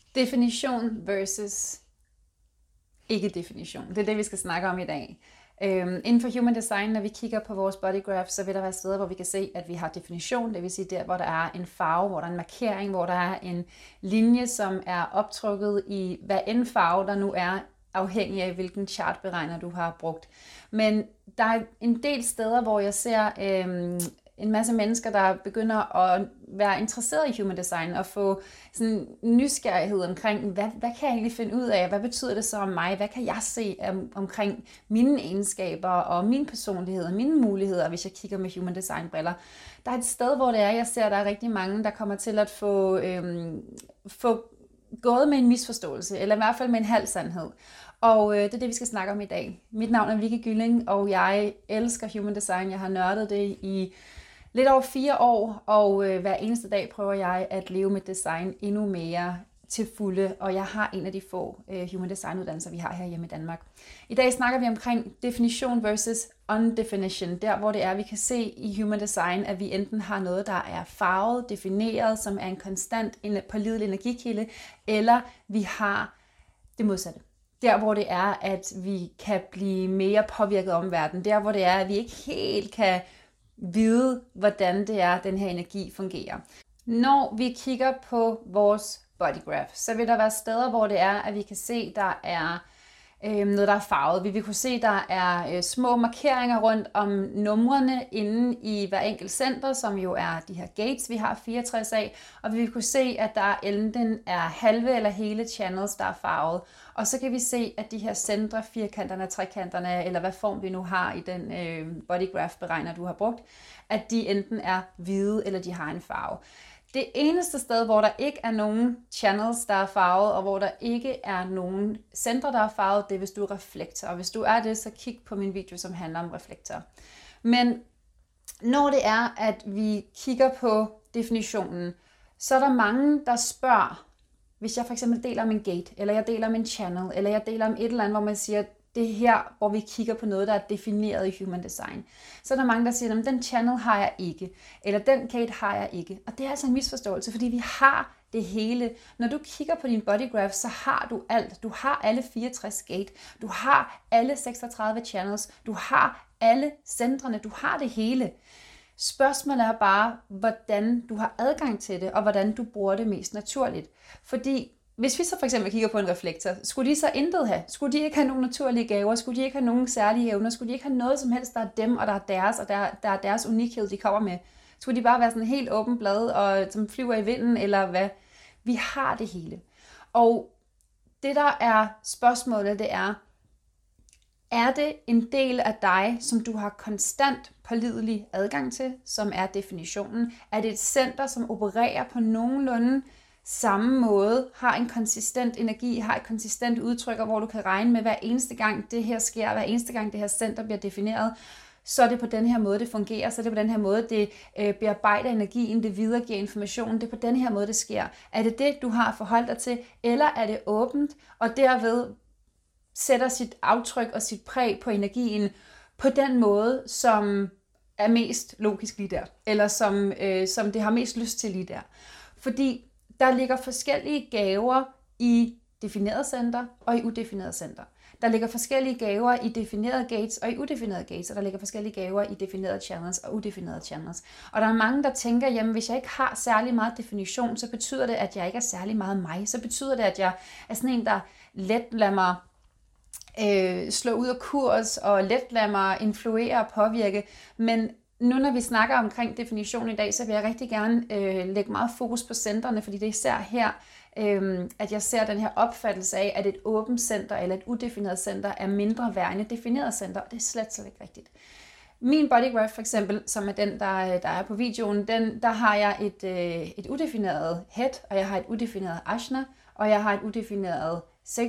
Definition versus ikke-definition. Det er det, vi skal snakke om i dag. Inden for Human Design, når vi kigger på vores body graph, så vil der være steder, hvor vi kan se, at vi har definition, det vil sige der, hvor der er en farve, hvor der er en markering, hvor der er en linje, som er optrukket i hvad end farve der nu er, afhængig af hvilken chartberegner du har brugt. Men der er en del steder, hvor jeg ser en masse mennesker, der begynder at være interesseret i Human Design og få sådan nysgerrighed omkring, hvad kan jeg egentlig finde ud af? Hvad betyder det så om mig? Hvad kan jeg se omkring mine egenskaber og min personlighed og mine muligheder, hvis jeg kigger med Human Design briller? Der er et sted, hvor det er, jeg ser, at der er rigtig mange, der kommer til at få gået med en misforståelse, eller i hvert fald med en halv sandhed. Og det er det, vi skal snakke om i dag. Mit navn er Vicky Gylling, og jeg elsker Human Design. Jeg har nørdet det i lidt over 4 år, og hver eneste dag prøver jeg at leve med design endnu mere til fulde, og jeg har en af de få Human Design uddannelser, vi har her hjemme i Danmark. I dag snakker vi omkring definition versus undefinition, der hvor det er, vi kan se i Human Design, at vi enten har noget, der er farvet, defineret, som er en konstant, en pålidelig energikilde, eller vi har det modsatte. Der hvor det er, at vi kan blive mere påvirket af omverdenen, der hvor det er, at vi ikke helt kan vide, hvordan det er, den her energi fungerer. Når vi kigger på vores body graph, så vil der være steder, hvor det er, at vi kan se, der er noget, der er farvet. Vi vil kunne se, der er små markeringer rundt om numrene inde i hver enkelt center, som jo er de her gates, vi har 64 af. Og vi vil kunne se, at der enten er halve eller hele channels, der er farvet. Og så kan vi se, at de her centre, firkanterne, trekanterne, eller hvad form vi nu har i den body graph beregner, du har brugt, at de enten er hvide, eller de har en farve. Det eneste sted, hvor der ikke er nogen channels, der er farvet, og hvor der ikke er nogen centre, der er farvet, det er, hvis du er reflektor. Og hvis du er det, så kig på min video, som handler om reflektor. Men når det er, at vi kigger på definitionen, så er der mange, der spørger, hvis jeg for eksempel deler om en gate, eller jeg deler om en channel, eller jeg deler om et eller andet, hvor man siger, det er her, hvor vi kigger på noget, der er defineret i Human Design. Så er der mange, der siger, at den channel har jeg ikke, eller den gate har jeg ikke. Og det er altså en misforståelse, fordi vi har det hele. Når du kigger på din body graph, så har du alt. Du har alle 64 gate, du har alle 36 channels, du har alle centrene, du har det hele. Spørgsmålet er bare, hvordan du har adgang til det, og hvordan du bruger det mest naturligt. Fordi hvis vi så for eksempel kigger på en reflektor, skulle de så intet have? Skulle de ikke have nogen naturlige gaver? Skulle de ikke have nogen særlige evner? Skulle de ikke have noget som helst, der er dem, og der er deres, og der er deres unikhed, de kommer med? Skulle de bare være sådan helt åben blad, og som flyver i vinden, eller hvad? Vi har det hele. Og det, der er spørgsmålet, det er det en del af dig, som du har konstant pålidelig adgang til, som er definitionen? Er det et center, som opererer på nogenlunde samme måde, har en konsistent energi, har et konsistent udtryk, hvor du kan regne med, hver eneste gang det her sker, hver eneste gang det her center bliver defineret, så er det på den her måde, det fungerer, så er det på den her måde, det bearbejder energien, det videregiver informationen, det er på den her måde, det sker. Er det det, du har forholdt dig til, eller er det åbent, og derved sætter sit aftryk og sit præg på energien på den måde, som er mest logisk lige der, eller som det har mest lyst til lige der. Fordi der ligger forskellige gaver i definerede center og i udefinerede center. Der ligger forskellige gaver i definerede gates og i udefinerede gates, og der ligger forskellige gaver i definerede channels og udefinerede channels. Og der er mange, der tænker, jamen hvis jeg ikke har særlig meget definition, så betyder det, at jeg ikke er særlig meget mig. Så betyder det, at jeg er sådan en, der let lader mig slå ud af kurs og let lader mig influere og påvirke. Men nu når vi snakker omkring definition i dag, så vil jeg rigtig gerne lægge meget fokus på centrene, fordi det er især her, at jeg ser den her opfattelse af, at et åbent center eller et udefineret center er mindre værd end et defineret center, og det er slet ikke rigtigt. Min body graph for eksempel, som er den, der er på videoen, der har jeg et udefineret head, og jeg har et udefineret ashna, og jeg har et udefineret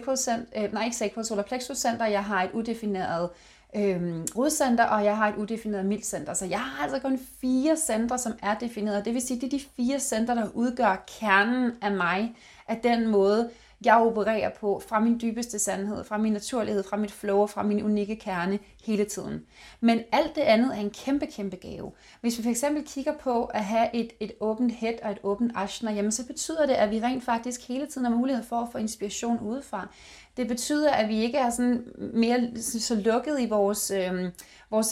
solar plexus center, jeg har et udefineret rodcenter, og jeg har et udefineret miltcenter. Så jeg har altså kun 4 centre, som er defineret. Det vil sige, det er de 4 centre, der udgør kernen af mig, af den måde, jeg opererer på, fra min dybeste sandhed, fra min naturlighed, fra mit flow, fra min unikke kerne hele tiden. Men alt det andet er en kæmpe, kæmpe gave. Hvis vi for eksempel kigger på at have et åbent head og et åbent ashna, jamen så betyder det, at vi rent faktisk hele tiden har mulighed for at få inspiration udefra. Det betyder, at vi ikke er sådan mere så lukket i vores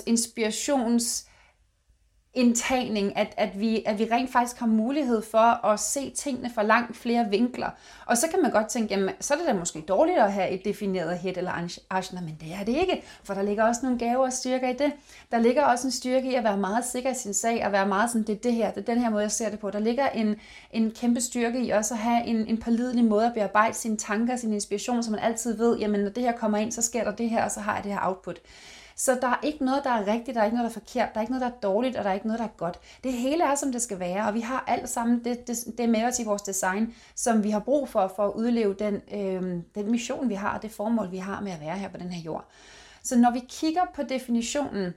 inspirationsindtagning, at vi rent faktisk har mulighed for at se tingene fra langt flere vinkler. Og så kan man godt tænke, jamen så er det da måske dårligt at have et defineret head eller ashna, men det er det ikke, for der ligger også nogle gaver og styrker i det. Der ligger også en styrke i at være meget sikker i sin sag, og være meget sådan, det er den her måde, jeg ser det på. Der ligger en kæmpe styrke i også at have en pålidelig måde at bearbejde sine tanker, sin inspiration, så man altid ved, jamen når det her kommer ind, så sker der det her, og så har jeg det her output. Så der er ikke noget, der er rigtigt, der er ikke noget, der er forkert, der er ikke noget, der er dårligt, og der er ikke noget, der er godt. Det hele er, som det skal være, og vi har alt sammen det med os i vores design, som vi har brug for at udleve den mission, vi har, og det formål, vi har med at være her på den her jord. Så når vi kigger på definitionen,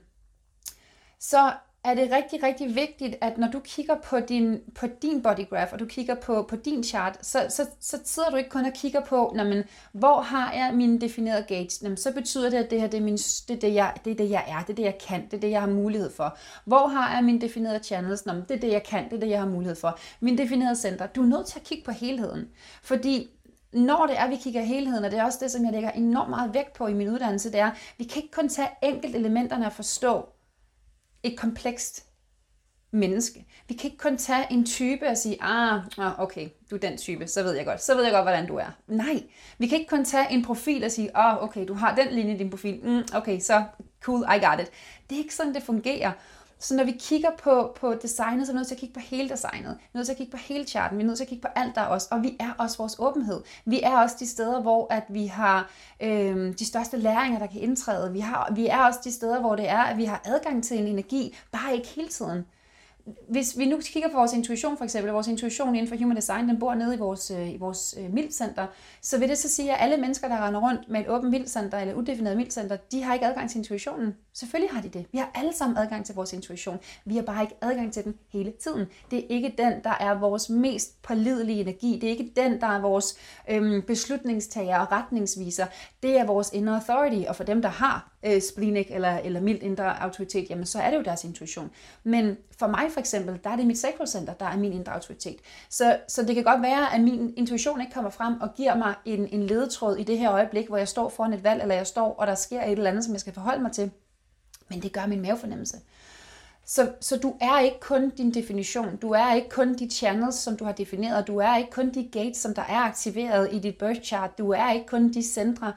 så er det rigtig, rigtig vigtigt, at når du kigger på din body graph, og du kigger på din chart, så sidder du ikke kun og kigger på, hvor har jeg mine definerede gates? Så betyder det, at det her det er det, jeg er, det er det, jeg kan, det er det, jeg har mulighed for. Hvor har jeg mine definerede channels? Det er det, jeg kan, det er det, jeg har mulighed for. Mine definerede center. Du er nødt til at kigge på helheden, fordi når det er, vi kigger helheden, og det er også det, som jeg lægger enormt meget vægt på i min uddannelse, det er, vi kan ikke kun tage enkelt elementerne og forstå et komplekst menneske. Vi kan ikke kun tage en type og sige, okay, du er den type, så ved jeg godt, hvordan du er. Nej, vi kan ikke kun tage en profil og sige, okay, du har den linje i din profil, okay, så cool, I got it. Det er ikke sådan, det fungerer. Så når vi kigger på designet, så er vi nødt til at kigge på hele designet. Vi er nødt til at kigge på hele charten. Vi er nødt til at kigge på alt, der er os. Og vi er også vores åbenhed. Vi er også de steder, hvor at vi har de største læringer, der kan indtræde. Vi er også de steder, hvor det er, at vi har adgang til en energi, bare ikke hele tiden. Hvis vi nu kigger på vores intuition for eksempel, vores intuition inden for Human Design, den bor nede i vores mildcenter, så vil det så sige, at alle mennesker, der render rundt med et åbent mildcenter eller udefineret mildcenter, de har ikke adgang til intuitionen. Selvfølgelig har de det. Vi har alle sammen adgang til vores intuition. Vi har bare ikke adgang til den hele tiden. Det er ikke den, der er vores mest pålidelige energi. Det er ikke den, der er vores beslutningstager og retningsviser. Det er vores inner authority, og for dem, der har splenic eller mild indre autoritet, jamen så er det jo deres intuition. Men for mig for eksempel, der er det mit sacral center, der er min indre autoritet. Så det kan godt være, at min intuition ikke kommer frem og giver mig en ledetråd i det her øjeblik, hvor jeg står foran et valg, eller jeg står, og der sker et eller andet, som jeg skal forholde mig til. Men det gør min mavefornemmelse. Så du er ikke kun din definition, du er ikke kun de channels, som du har defineret, du er ikke kun de gates, som der er aktiveret i dit birth chart, du er ikke kun de centre,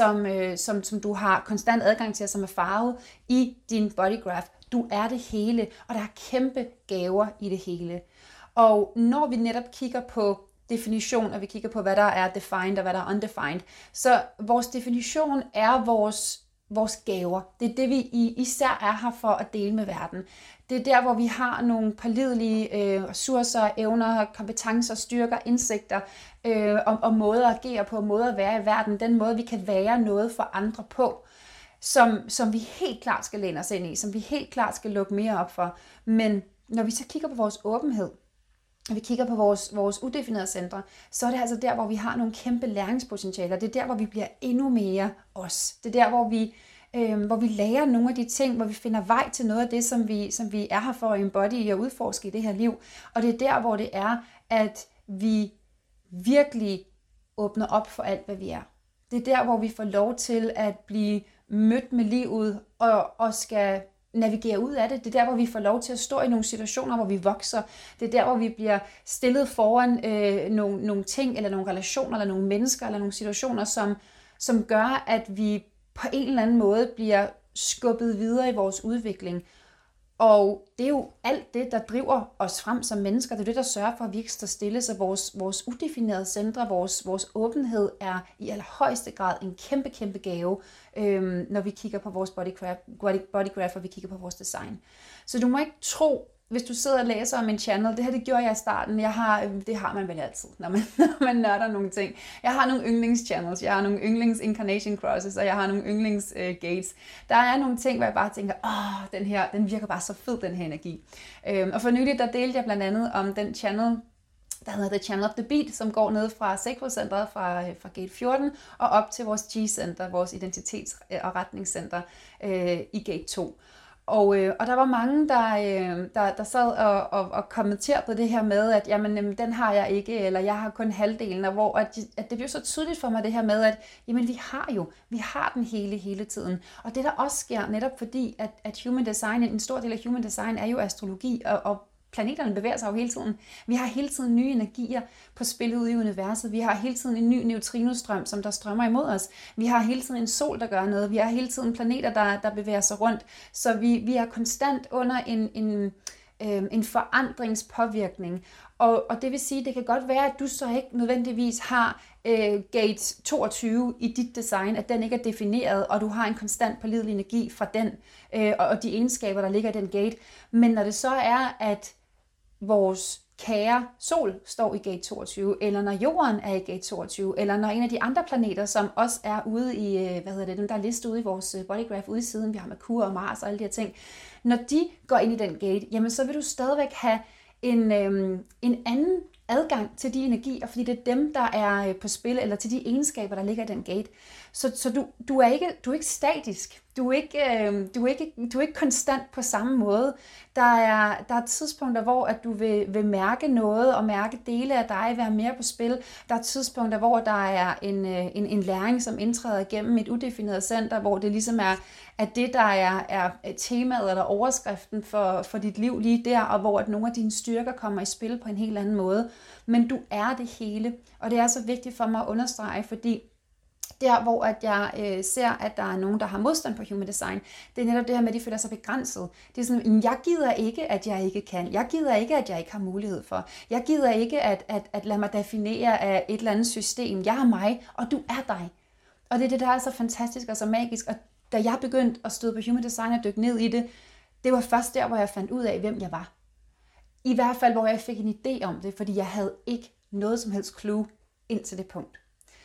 som du har konstant adgang til, som er farvet i din body graph. Du er det hele, og der er kæmpe gaver i det hele. Og når vi netop kigger på definition, og vi kigger på, hvad der er defined og hvad der er undefined, så vores definition er vores gaver. Det er det, vi især er her for at dele med verden. Det er der, hvor vi har nogle pålidelige ressourcer, evner, kompetencer, styrker, indsigter og måder at agere på, måder at være i verden, den måde, vi kan være noget for andre på, som vi helt klart skal læne os ind i, som vi helt klart skal lukke mere op for. Men når vi så kigger på vores åbenhed, og vi kigger på vores udefinerede centre, så er det altså der, hvor vi har nogle kæmpe læringspotentialer. Det er der, hvor vi bliver endnu mere os. Det er der, hvor vi lærer nogle af de ting, hvor vi finder vej til noget af det, som vi er her for at embody og udforske i det her liv. Og det er der, hvor det er, at vi virkelig åbner op for alt, hvad vi er. Det er der, hvor vi får lov til at blive mødt med livet og skal navigere ud af det. Det er der, hvor vi får lov til at stå i nogle situationer, hvor vi vokser. Det er der, hvor vi bliver stillet foran nogle ting, eller nogle relationer, eller nogle mennesker, eller nogle situationer, som gør, at vi på en eller anden måde bliver skubbet videre i vores udvikling. Og det er jo alt det, der driver os frem som mennesker. Det er det, der sørger for, at vi ikke står stille. Så vores udefinerede centre, vores åbenhed er i allerhøjeste grad en kæmpe, kæmpe gave, når vi kigger på vores body graph, og vi kigger på vores design. Så du må ikke tro, hvis du sidder og læser om en channel, det her det gjorde jeg i starten, det har man vel altid, når man nørder nogle ting. Jeg har nogle yndlingschannels, jeg har nogle yndlings incarnation crosses, og jeg har nogle yndlings gates. Der er nogle ting, hvor jeg bare tænker, den virker bare så fed, den her energi. Og for nylig, der delte jeg blandt andet om den channel, der hedder The Channel of the Beat, som går ned fra Sacral Centeret, fra Gate 14, og op til vores G-center, vores identitets- og retningscenter i Gate 2. Og der var mange, der sad og kommenterede på det her med, at jamen, den har jeg ikke, eller jeg har kun halvdelen, og hvor at det blev så tydeligt for mig det her med, at jamen, vi har den hele tiden. Og det der også sker, netop fordi, at human design, en stor del af human design er jo astrologi, og planeterne bevæger sig jo hele tiden. Vi har hele tiden nye energier på spil ude i universet. Vi har hele tiden en ny neutrinostrøm, som der strømmer imod os. Vi har hele tiden en sol, der gør noget. Vi har hele tiden planeter, der bevæger sig rundt. Så vi er konstant under en forandringspåvirkning. Og det vil sige, det kan godt være, at du så ikke nødvendigvis har gate 22 i dit design, at den ikke er defineret, og du har en konstant pålidelig energi fra den, og de egenskaber, der ligger i den gate. Men når det så er, at vores kære sol står i gate 22, eller når jorden er i gate 22, eller når en af de andre planeter, som også er ude i, dem der er listet ude i vores bodygraph ude i siden, vi har Merkur og Mars og alle de her ting, når de går ind i den gate, jamen så vil du stadigvæk have en anden adgang til de energier, fordi det er dem, der er på spil, eller til de egenskaber, der ligger i den gate. Så du er ikke statisk. Du er ikke konstant på samme måde. Der er tidspunkter, hvor at du vil mærke noget, og mærke dele af dig være mere på spil. Der er tidspunkter, hvor der er en læring, som indtræder igennem et udefineret center, hvor det ligesom er at det, der er temaet eller overskriften for dit liv lige der, og hvor at nogle af dine styrker kommer i spil på en helt anden måde. Men du er det hele, og det er så vigtigt for mig at understrege, fordi der, hvor at jeg ser, at der er nogen, der har modstand på human design, det er netop det her med, at de føler sig begrænset. Det er sådan, jeg gider ikke, at jeg ikke kan. Jeg gider ikke, at jeg ikke har mulighed for. Jeg gider ikke, at lade mig definere af et eller andet system. Jeg er mig, og du er dig. Og det er det, der er så fantastisk og så magisk. Og da jeg begyndte at støde på human design og dykke ned i det, det var først der, hvor jeg fandt ud af, hvem jeg var. I hvert fald, hvor jeg fik en idé om det, fordi jeg havde ikke noget som helst clue indtil det punkt.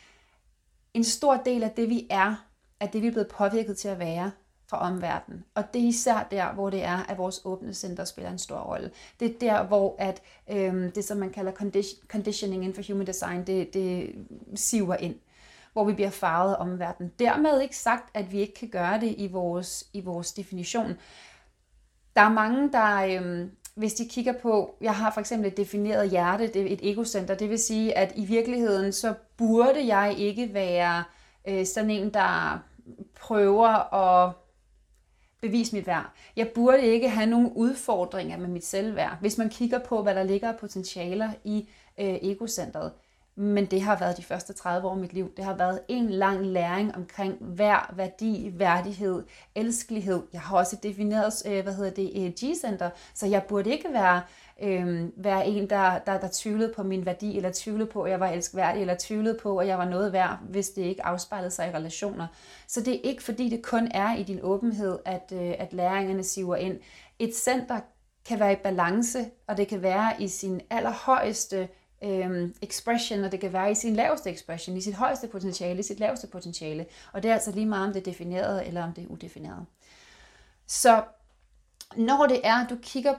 En stor del af det, vi er det, vi er blevet påvirket til at være fra omverdenen. Og det er især der, hvor det er, at vores åbne center spiller en stor rolle. Det er der, hvor at, det, som man kalder conditioning inden for human design, det siver ind. Hvor vi bliver farvet af omverdenen. Dermed ikke sagt, at vi ikke kan gøre det i vores definition. Der er mange, der... Hvis de kigger på, jeg har for eksempel et defineret hjerte, det er et egocenter, det vil sige, at i virkeligheden, så burde jeg ikke være sådan en, der prøver at bevise mit værd. Jeg burde ikke have nogen udfordringer med mit selvværd, hvis man kigger på, hvad der ligger af potentialer i egocentret. Men det har været de første 30 år af mit liv. Det har været en lang læring omkring værd, værdi, værdighed, elskelighed. Jeg har også defineret, G-center, så jeg burde ikke være en, der tvivlede på min værdi, eller tvivlede på, at jeg var elskværdig, eller tvivlede på, at jeg var noget værd, hvis det ikke afspejlede sig i relationer. Så det er ikke, fordi det kun er i din åbenhed, at læringerne siver ind. Et center kan være i balance, og det kan være i sin allerhøjeste expression, og det kan være i sin laveste expression, i sit højeste potentiale, i sit laveste potentiale. Og det er altså lige meget, om det er defineret, eller om det er udefineret. Så når det er, du kigger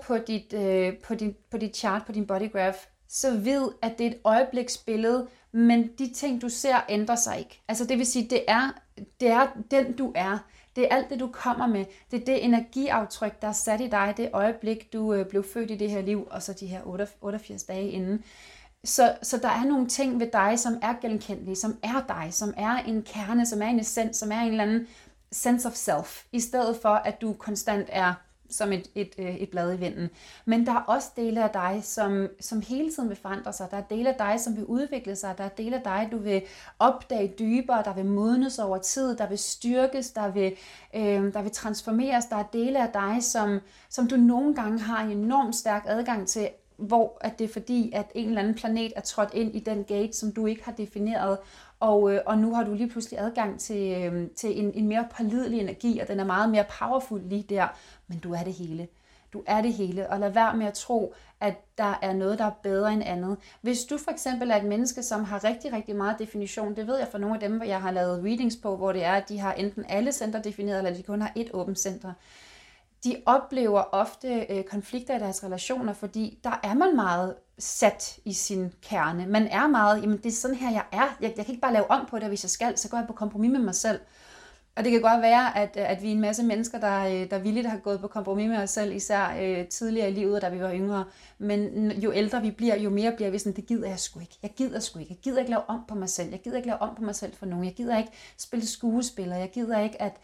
på dit chart, på din bodygraph, så ved, at det er et øjebliksbillede, men de ting, du ser, ændrer sig ikke. Altså det vil sige, det er den, du er. Det er alt det, du kommer med. Det er det energiaftryk, der er sat i dig, det øjeblik, du blev født i det her liv, og så de her 88 dage inden. Så der er nogle ting ved dig, som er genkendelige, som er dig, som er en kerne, som er en essens, som er en eller anden sense of self, i stedet for, at du konstant er som et blad i vinden. Men der er også dele af dig, som hele tiden vil forandre sig. Der er dele af dig, som vil udvikle sig. Der er dele af dig, du vil opdage dybere, der vil modnes over tid, der vil styrkes, der vil transformeres. Der er dele af dig, som du nogle gange har en enormt stærk adgang til, hvor at det er fordi, at en eller anden planet er trådt ind i den gate, som du ikke har defineret, og nu har du lige pludselig adgang til en mere pålidelig energi, og den er meget mere powerful lige der, men du er det hele. Du er det hele, og lad være med at tro, at der er noget, der er bedre end andet. Hvis du for eksempel er et menneske, som har rigtig, rigtig meget definition, det ved jeg fra nogle af dem, hvor jeg har lavet readings på, hvor det er, at de har enten alle center defineret, eller de kun har et åbent center. De oplever ofte konflikter i deres relationer, fordi der er man meget sat i sin kerne. Man er meget, jamen det er sådan her, jeg er. Jeg kan ikke bare lave om på det, hvis jeg skal, så går jeg på kompromis med mig selv. Og det kan godt være, at vi er en masse mennesker, der villigt har gået på kompromis med os selv, især tidligere i livet, da vi var yngre. Men jo ældre vi bliver, jo mere bliver vi sådan, det gider jeg sgu ikke. Jeg gider ikke lave om på mig selv. Jeg gider ikke lave om på mig selv for nogen. Jeg gider ikke spille skuespiller. Jeg gider ikke at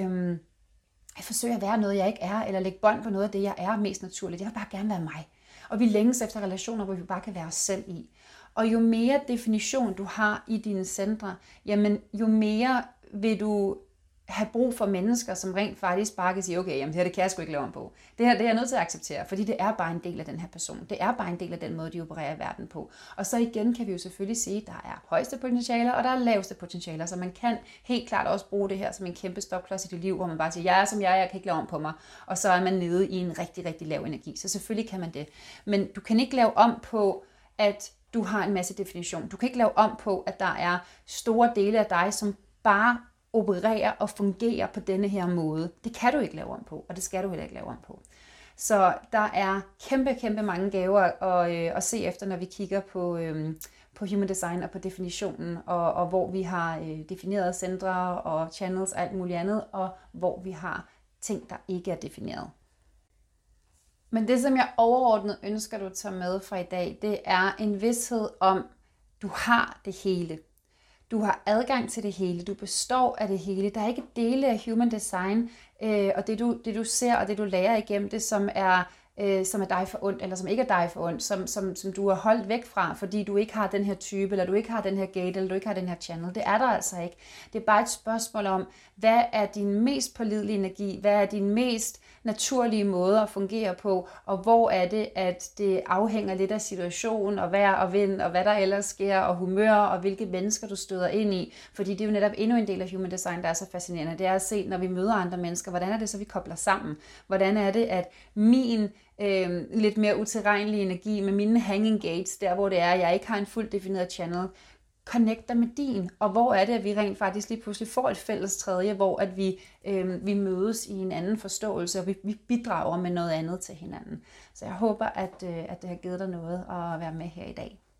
forsøge at være noget, jeg ikke er, eller lægge bånd på noget af det, jeg er mest naturligt. Jeg vil bare gerne være mig. Og vi længes efter relationer, hvor vi bare kan være os selv i. Og jo mere definition du har i dine centre, jamen jo mere vil du have brug for mennesker, som rent faktisk bare kan sige, okay, jamen det her det kan jeg sgu ikke lave om på. Det her det er jeg nødt til at acceptere, fordi det er bare en del af den her person. Det er bare en del af den måde, de opererer i verden på. Og så igen kan vi jo selvfølgelig sige, at der er højeste potentialer, og der er laveste potentialer, så man kan helt klart også bruge det her som en kæmpe stopklods i dit liv, hvor man bare siger, jeg er som jeg kan ikke lave om på mig, og så er man nede i en rigtig, rigtig lav energi. Så selvfølgelig kan man det. Men du kan ikke lave om på, at du har en masse definition. Du kan ikke lave om på, at der er store dele af dig, som bare opererer og fungerer på denne her måde. Det kan du ikke lave om på, og det skal du heller ikke lave om på. Så der er kæmpe mange gaver at se efter, når vi kigger på human design og på definitionen, og hvor vi har defineret centre og channels og alt muligt andet, og hvor vi har ting, der ikke er defineret. Men det, som jeg overordnet ønsker, du tager med fra i dag, det er en vished om, du har det hele. Du har adgang til det hele. Du består af det hele. Der er ikke dele af human design, og det du ser og det du lærer igennem det, som er dig for ondt, eller som ikke er dig for ondt, som du er holdt væk fra, fordi du ikke har den her type, eller du ikke har den her gate, eller du ikke har den her channel. Det er der altså ikke. Det er bare et spørgsmål om, hvad er din mest pålidelige energi? Hvad er din mest naturlige måde at fungere på? Og hvor er det, at det afhænger lidt af situationen, og vejr og vind, og hvad der ellers sker, og humør, og hvilke mennesker du støder ind i. Fordi det er jo netop endnu en del af human design, der er så fascinerende. Det er at se, når vi møder andre mennesker, hvordan er det så, vi kobler sammen? Hvordan er det, at min lidt mere utilregnelige energi med mine hanging gates, der hvor det er, jeg ikke har en fuldt defineret channel, connecter med din, og hvor er det, at vi rent faktisk lige pludselig får et fælles tredje, hvor at vi mødes i en anden forståelse, og vi bidrager med noget andet til hinanden. Så jeg håber, at det har givet dig noget at være med her i dag.